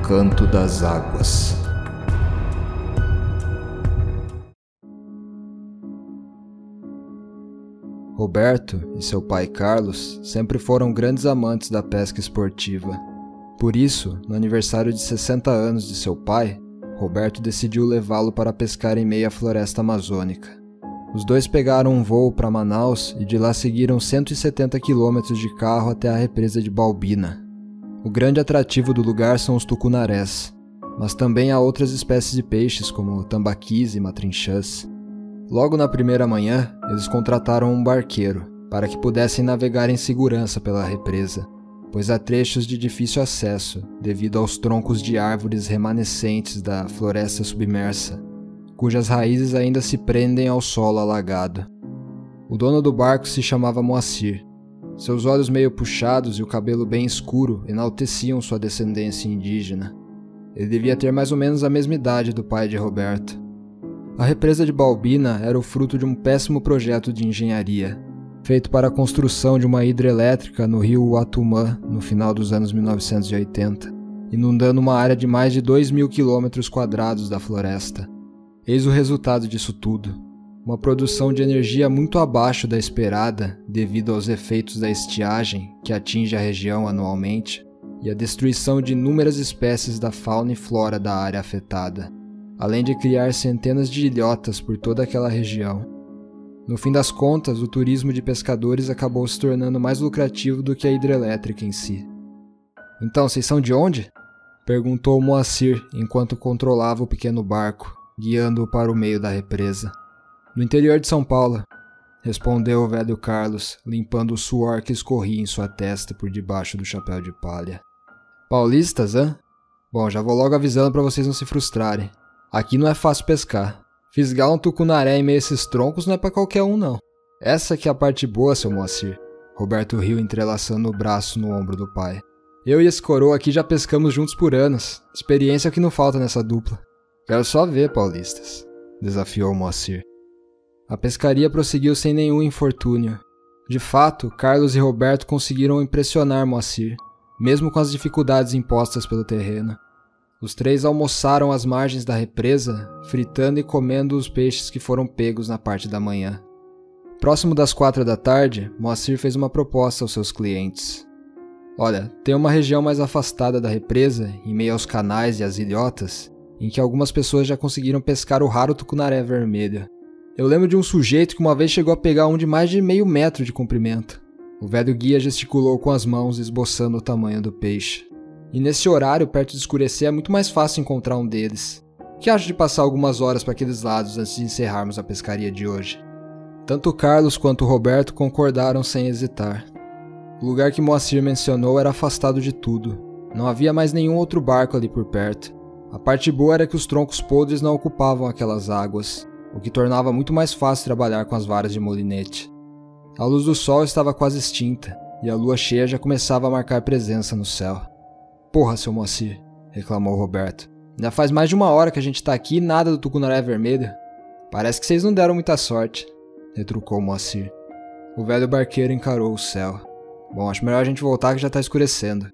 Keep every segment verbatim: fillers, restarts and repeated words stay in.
Canto das Águas. Roberto e seu pai Carlos sempre foram grandes amantes da pesca esportiva. Por isso, no aniversário de sessenta anos de seu pai, Roberto decidiu levá-lo para pescar em meio à floresta amazônica. Os dois pegaram um voo para Manaus e de lá seguiram cento e setenta quilômetros de carro até a represa de Balbina. O grande atrativo do lugar são os tucunarés, mas também há outras espécies de peixes como tambaquis e matrinchãs. Logo na primeira manhã, eles contrataram um barqueiro para que pudessem navegar em segurança pela represa, pois há trechos de difícil acesso devido aos troncos de árvores remanescentes da floresta submersa, cujas raízes ainda se prendem ao solo alagado. O dono do barco se chamava Moacir. Seus olhos meio puxados e o cabelo bem escuro enalteciam sua descendência indígena. Ele devia ter mais ou menos a mesma idade do pai de Roberto. A represa de Balbina era o fruto de um péssimo projeto de engenharia, feito para a construção de uma hidrelétrica no rio Uatumã no final dos anos mil novecentos e oitenta, inundando uma área de mais de dois mil quilômetros quadrados da floresta. Eis o resultado disso tudo: uma produção de energia muito abaixo da esperada devido aos efeitos da estiagem que atinge a região anualmente e a destruição de inúmeras espécies da fauna e flora da área afetada, além de criar centenas de ilhotas por toda aquela região. No fim das contas, o turismo de pescadores acabou se tornando mais lucrativo do que a hidrelétrica em si. "Então, vocês são de onde?" perguntou Moacir enquanto controlava o pequeno barco, guiando-o para o meio da represa. "Do interior de São Paulo", respondeu o velho Carlos, limpando o suor que escorria em sua testa por debaixo do chapéu de palha. "Paulistas, hã? Bom, já vou logo avisando para vocês não se frustrarem. Aqui não é fácil pescar. Fisgar um tucunaré em meio a esses troncos não é pra qualquer um, não. Essa que é a parte boa, seu Moacir." Roberto riu, entrelaçando o braço no ombro do pai. "Eu e esse coroa aqui já pescamos juntos por anos. Experiência é o que não falta nessa dupla." "Quero só ver, paulistas", desafiou Moacir. A pescaria prosseguiu sem nenhum infortúnio. De fato, Carlos e Roberto conseguiram impressionar Moacir, mesmo com as dificuldades impostas pelo terreno. Os três almoçaram às margens da represa, fritando e comendo os peixes que foram pegos na parte da manhã. Próximo das quatro da tarde, Moacir fez uma proposta aos seus clientes. "Olha, tem uma região mais afastada da represa, em meio aos canais e às ilhotas, em que algumas pessoas já conseguiram pescar o raro tucunaré vermelho. Eu lembro de um sujeito que uma vez chegou a pegar um de mais de meio metro de comprimento." O velho guia gesticulou com as mãos, esboçando o tamanho do peixe. "E nesse horário, perto de escurecer, é muito mais fácil encontrar um deles. O que acha de passar algumas horas para aqueles lados antes de encerrarmos a pescaria de hoje?" Tanto Carlos quanto Roberto concordaram sem hesitar. O lugar que Moacir mencionou era afastado de tudo. Não havia mais nenhum outro barco ali por perto. A parte boa era que os troncos podres não ocupavam aquelas águas, o que tornava muito mais fácil trabalhar com as varas de molinete. A luz do sol estava quase extinta, e a lua cheia já começava a marcar presença no céu. "Porra, seu Moacir", reclamou Roberto. "Já faz mais de uma hora que a gente tá aqui e nada do tucunaré vermelho." "Parece que vocês não deram muita sorte", retrucou Moacir. O velho barqueiro encarou o céu. "Bom, acho melhor a gente voltar que já tá escurecendo."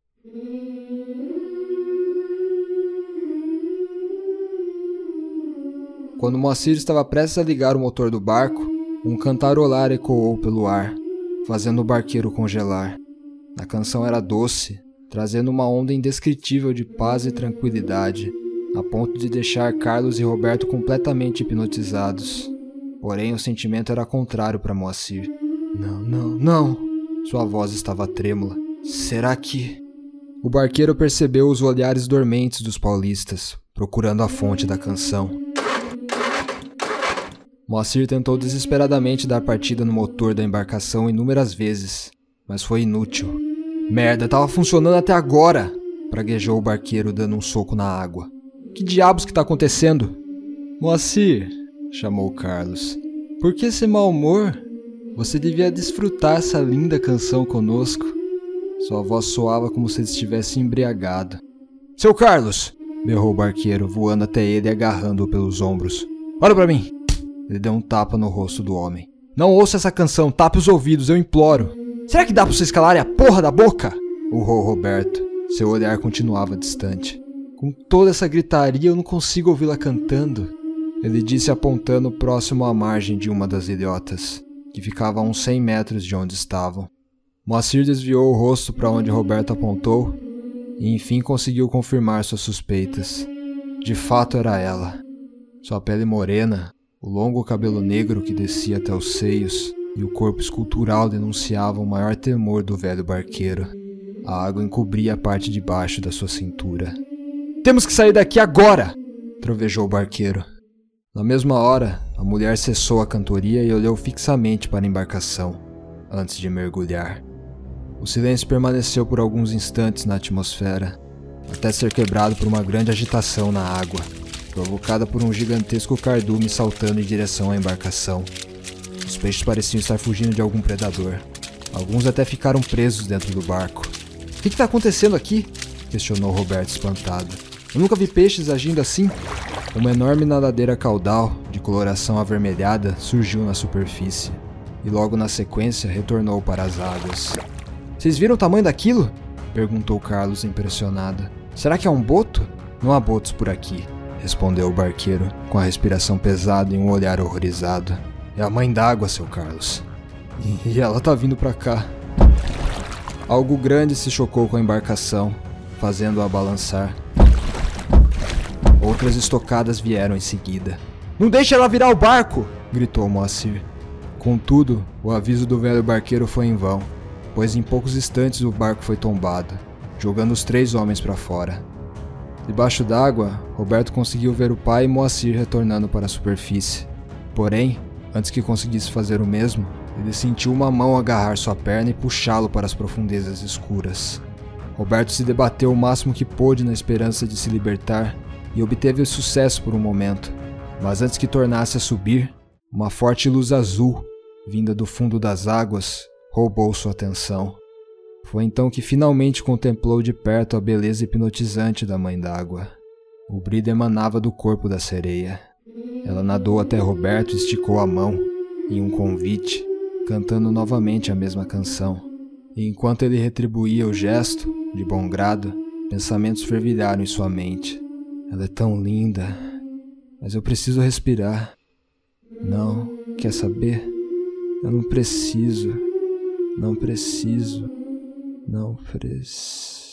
Quando Moacir estava prestes a ligar o motor do barco, um cantarolar ecoou pelo ar, fazendo o barqueiro congelar. A canção era doce, trazendo uma onda indescritível de paz e tranquilidade, a ponto de deixar Carlos e Roberto completamente hipnotizados. Porém, o sentimento era contrário para Moacir. "Não, não, não!" Sua voz estava trêmula. "Será que..." O barqueiro percebeu os olhares dormentes dos paulistas, procurando a fonte da canção. Moacir tentou desesperadamente dar partida no motor da embarcação inúmeras vezes, mas foi inútil. "Merda, tava funcionando até agora!" praguejou o barqueiro, dando um soco na água. "Que diabos que tá acontecendo?" "Moacir", chamou Carlos, "por que esse mau humor? Você devia desfrutar essa linda canção conosco." Sua voz soava como se ele estivesse embriagado. "Seu Carlos!" berrou o barqueiro, voando até ele e agarrando-o pelos ombros. "Olha pra mim!" Ele deu um tapa no rosto do homem. "Não ouça essa canção, tape os ouvidos, eu imploro." "Será que dá pra vocês calarem a porra da boca?" urrou Roberto. Seu olhar continuava distante. Com toda essa gritaria, eu não consigo ouvi-la cantando, ele disse apontando próximo à margem de uma das ilhotas, que ficava a uns cem metros de onde estavam. Moacir desviou o rosto para onde Roberto apontou e enfim conseguiu confirmar suas suspeitas. De fato era ela. Sua pele morena, o longo cabelo negro que descia até os seios e o corpo escultural denunciavam o maior temor do velho barqueiro. A água encobria a parte de baixo da sua cintura. "Temos que sair daqui agora!" trovejou o barqueiro. Na mesma hora, a mulher cessou a cantoria e olhou fixamente para a embarcação, antes de mergulhar. O silêncio permaneceu por alguns instantes na atmosfera, até ser quebrado por uma grande agitação na água, provocada por um gigantesco cardume saltando em direção à embarcação. Os peixes pareciam estar fugindo de algum predador. Alguns até ficaram presos dentro do barco. "O que está acontecendo aqui?" questionou Roberto espantado. "Eu nunca vi peixes agindo assim." Uma enorme nadadeira caudal, de coloração avermelhada, surgiu na superfície, e logo na sequência retornou para as águas. "Vocês viram o tamanho daquilo?" perguntou Carlos impressionado. "Será que é um boto?" "Não há botos por aqui", respondeu o barqueiro, com a respiração pesada e um olhar horrorizado. "É a mãe d'água, seu Carlos. E ela tá vindo pra cá." Algo grande se chocou com a embarcação, fazendo-a balançar. Outras estocadas vieram em seguida. "Não deixe ela virar o barco!" gritou Moacir. Contudo, o aviso do velho barqueiro foi em vão, pois em poucos instantes o barco foi tombado, jogando os três homens para fora. Debaixo d'água, Roberto conseguiu ver o pai e Moacir retornando para a superfície. Porém, antes que conseguisse fazer o mesmo, ele sentiu uma mão agarrar sua perna e puxá-lo para as profundezas escuras. Roberto se debateu o máximo que pôde na esperança de se libertar e obteve sucesso por um momento, mas antes que tornasse a subir, uma forte luz azul, vinda do fundo das águas, roubou sua atenção. Foi então que finalmente contemplou de perto a beleza hipnotizante da mãe d'água. O brilho emanava do corpo da sereia. Ela nadou até Roberto e esticou a mão, em um convite, cantando novamente a mesma canção. E enquanto ele retribuía o gesto, de bom grado, pensamentos fervilharam em sua mente. "Ela é tão linda, mas eu preciso respirar. Não, quer saber? Eu não preciso, não preciso, não preciso."